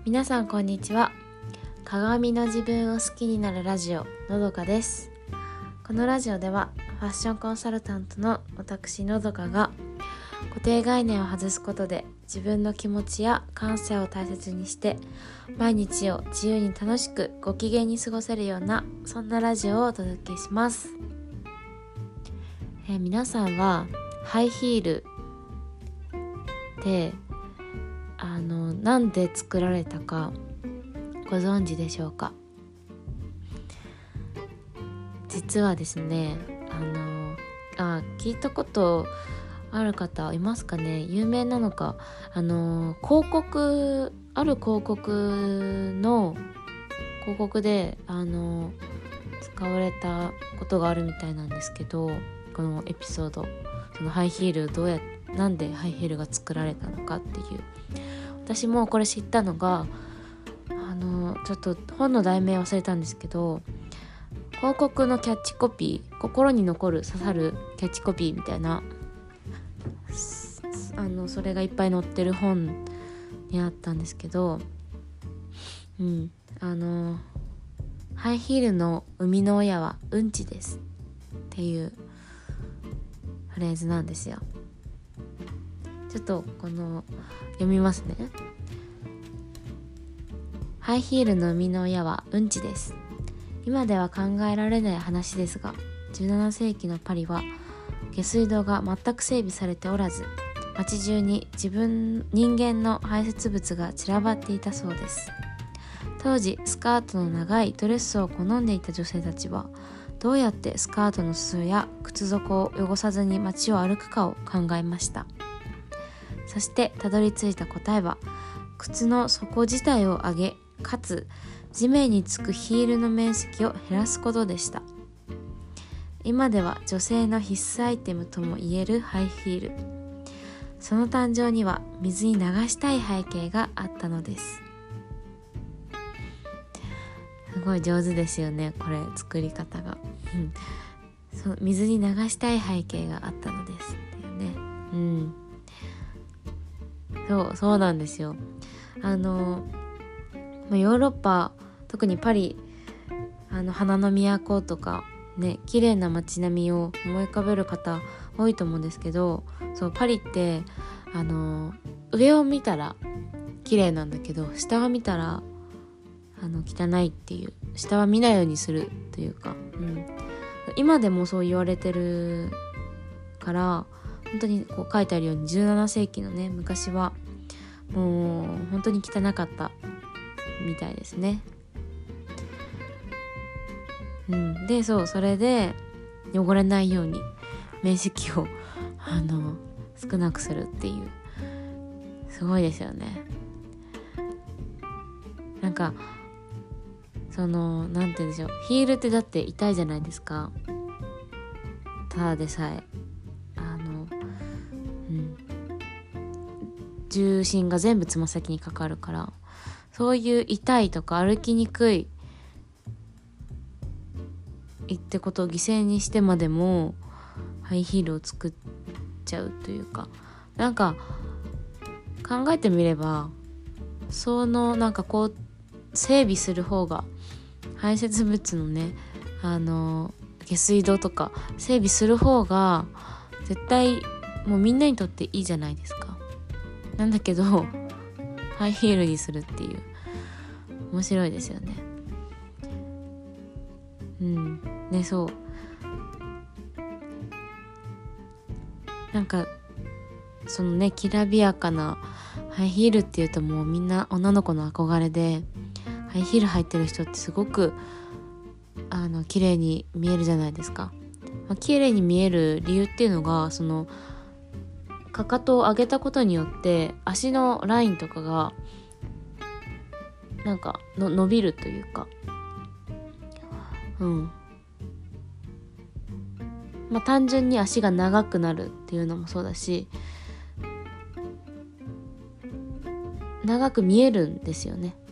皆さんこんにちは。鏡の自分を好きになるラジオのどかです。このラジオではファッションコンサルタントの私のどかが固定概念を外すことで自分の気持ちや感性を大切にして毎日を自由に楽しくご機嫌に過ごせるようなそんなラジオをお届けします。皆さんはハイヒールってなんで作られたかご存知でしょうか？実はですね、聞いたことある方いますかね？有名なのか、広告で使われたことがあるみたいなんですけど、このエピソード、そのハイヒールなんでハイヒールが作られたのかっていう、私もこれ知ったのがちょっと本の題名忘れたんですけど、広告のキャッチコピー、心に残る刺さるキャッチコピーみたいなそれがいっぱい載ってる本にあったんですけど、ハイヒールの生みの親はうんちですっていうフレーズなんですよ。ちょっと読みますね。ハイヒールの生みの親はうんちです。今では考えられない話ですが、17世紀のパリは下水道が全く整備されておらず、街中に人間の排泄物が散らばっていたそうです。当時スカートの長いドレスを好んでいた女性たちは、どうやってスカートの裾や靴底を汚さずに街を歩くかを考えました。そしてたどり着いた答えは、靴の底自体を上げ、かつ地面につくヒールの面積を減らすことでした。今では女性の必須アイテムともいえるハイヒール。その誕生には水に流したい背景があったのです。すごい上手ですよね、これ作り方が。水に流したい背景があったのですっていうね。そうなんですよ。ヨーロッパ、特にパリ、花の都とかね、綺麗な街並みを思い浮かべる方多いと思うんですけど、そうパリって上を見たら綺麗なんだけど、下を見たら汚いっていう、下は見ないようにするというか、今でもそう言われてるから、本当に書いてあるように17世紀のね、昔はもう本当に汚かったみたいですね。でそれで汚れないように面積を少なくするっていう、すごいですよね。なんかなんて言うんでしょう、ヒールってだって痛いじゃないですか。ただでさえ重心が全部つま先にかかるから、そういう痛いとか歩きにくいってことを犠牲にしてまでもハイヒールを作っちゃうというか、なんか考えてみれば、整備する方が、排泄物のね下水道とか整備する方が絶対もうみんなにとっていいじゃないですか。なんだけどハイヒールにするっていう、面白いですよね。そうなんかきらびやかなハイヒールっていうと、もうみんな女の子の憧れで、ハイヒール履いてる人ってすごく綺麗に見えるじゃないですか。綺麗に見える理由っていうのが、かかとを上げたことによって足のラインとかが伸びるというか、単純に足が長くなるっていうのもそうだし、長く見えるんですよね。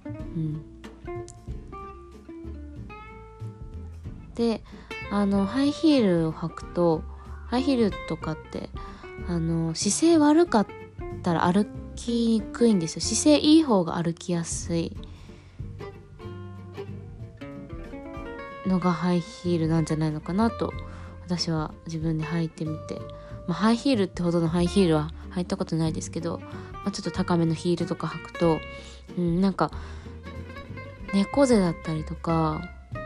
でハイヒールを履くと、ハイヒールとかって姿勢悪かったら歩きにくいんですよ。姿勢いい方が歩きやすいのがハイヒールなんじゃないのかなと私は自分で履いてみて、ハイヒールってほどのハイヒールは履いたことないですけど、ちょっと高めのヒールとか履くと、なんか猫背だったりとか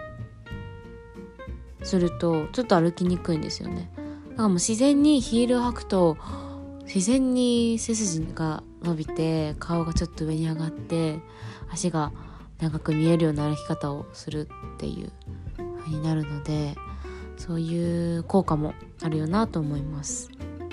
するとちょっと歩きにくいんですよね。だからもう自然にヒールを履くと自然に背筋が伸びて顔がちょっと上に上がって足が長く見えるような歩き方をするっていう風になるので、そういう効果もあるよなと思います。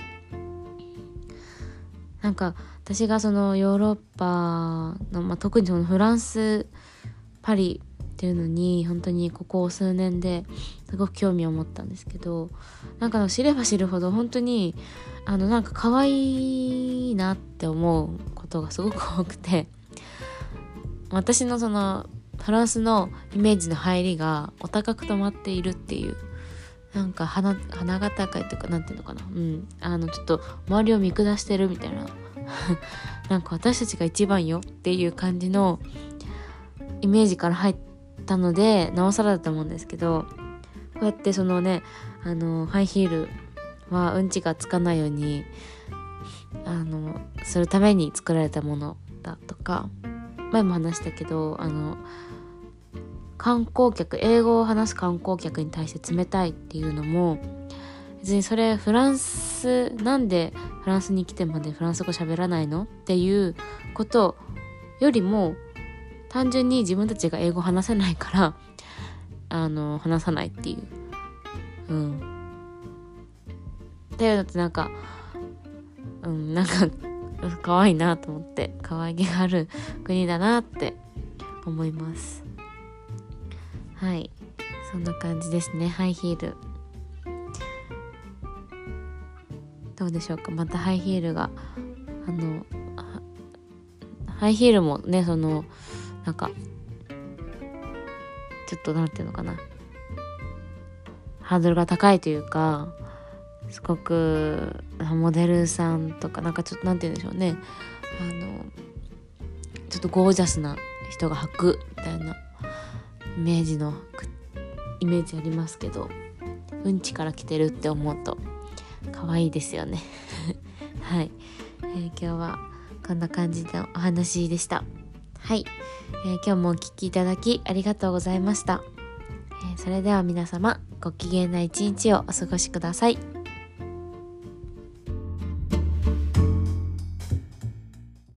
なんか私がそのヨーロッパの、特にそのフランスパリっていうのに本当にここ数年ですごく興味を持ったんですけど、なんか知れば知るほど本当になんか可愛いなって思うことがすごく多くて、私のそのフランスのイメージの入りがお高く止まっているっていう、なんか鼻が高いとかなんていうのかな、ちょっと周りを見下してるみたいななんか私たちが一番よっていう感じのイメージから入ったのでなおさらだと思うんですけど、こうやってそのねハイヒールはうんちがつかないようにするために作られたものだとか、前も話したけど観光客、英語を話す観光客に対して冷たいっていうのも別にそれなんでフランスに来てまでフランス語喋らないのっていうことよりも単純に自分たちが英語話せないから話さないっていうっていうのってなんか可愛いなと思って、可愛げがある国だなって思います。はい、そんな感じですね。ハイヒールどうでしょうか。またハイヒールがハイヒールもねなんかちょっとなんていうのかな、ハードルが高いというか、すごくモデルさんとかなんかちょっとなんていうんでしょうね、ちょっとゴージャスな人が履くみたいなイメージありますけど、うんちから来てるって思うと可愛いですよねはい、今日はこんな感じのお話でした。はい、今日もお聞きいただきありがとうございました。それでは皆様ご機嫌な一日をお過ごしください。